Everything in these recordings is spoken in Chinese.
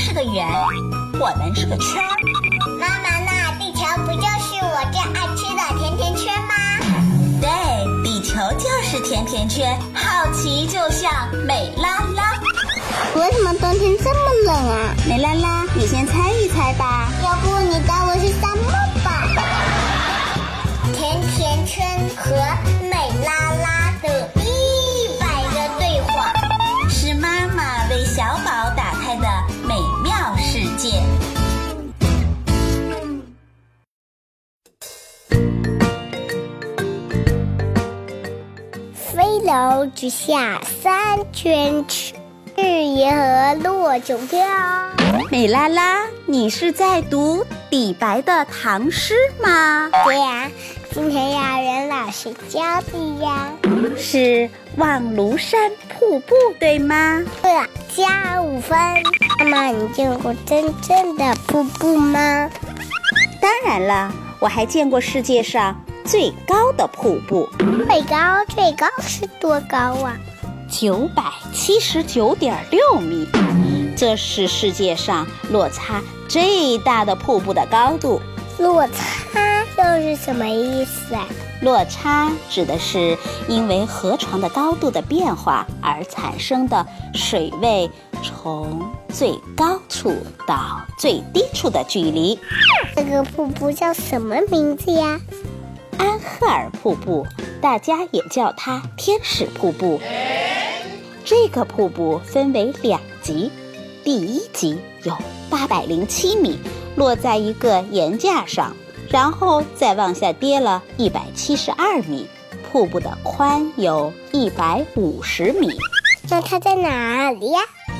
是个圆，我们是个圈。 妈妈，那地球不就是我最爱吃的甜甜圈吗？ 对，地球就是甜甜圈，好奇就像美拉拉。 为什么冬天这么冷啊？ 美拉拉，你先猜一猜吧。 要不你带我去沙漠吧？甜甜圈和美拉拉的100个对话， 是妈妈为小宝打开的美妙世界。 飞流直下3圈尺，日夜和落九飘。 美拉拉，你是在读李白的唐诗吗？ 对呀，今天要任老师教的呀。 是望庐山瀑布，对吗？ 对了，加5分。妈妈，你见过真正的瀑布吗？ 当然了，我还见过世界上最高的瀑布。 最高是多高啊 ？979.6米，这是世界上落差最大的瀑布的高度。 落差又是什么意思啊？ 落差指的是因为河床的高度的变化而产生的水位从最高处到最低处的距离。 这个瀑布叫什么名字呀？ 安赫尔瀑布，大家也叫它天使瀑布。这个瀑布分为2级，第1级有807米，落在一个岩架上，然后再往下跌了172米，瀑布的宽有150米。 那它在哪里呀？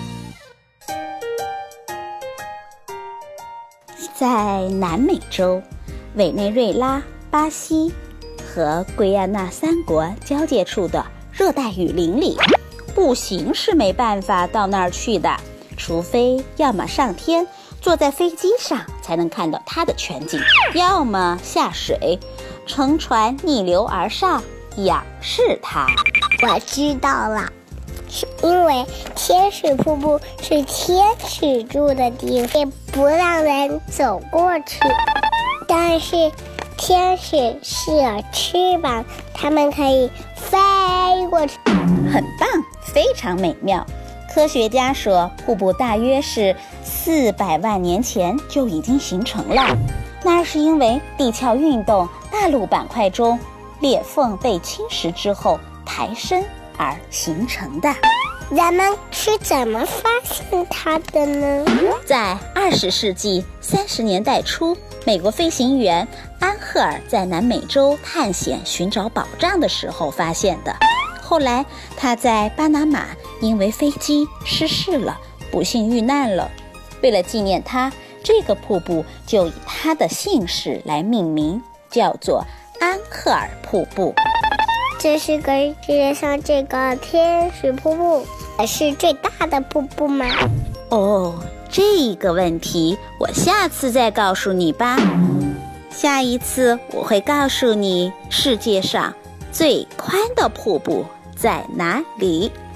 在南美洲，委内瑞拉、巴西和圭亚那3国交界处的热带雨林里，步行是没办法到那儿去的，除非要么上天坐在飞机上才能看到它的全景，要么下水乘船逆流而上仰视它。 我知道了，是因为天使瀑布是天使住的地方，也不让人走过去。但是天使是有翅膀，它们可以飞过去。 很棒，非常美妙。科学家说，瀑布大约是400万年前就已经形成了，那是因为地壳运动，大陆板块中裂缝被侵蚀之后抬升而形成的。 人们是怎么发现它的呢？ 在20世纪30年代初，美国飞行员安赫尔在南美洲探险寻找宝藏的时候发现的。后来他在巴拿马因为飞机失事了，不幸遇难了。为了纪念他，这个瀑布就以他的姓氏来命名，叫做安赫尔瀑布。 这是个世界上最高的天使瀑布，是最大的瀑布吗？ 哦，这个问题我下次再告诉你吧。下一次我会告诉你世界上最宽的瀑布在哪里。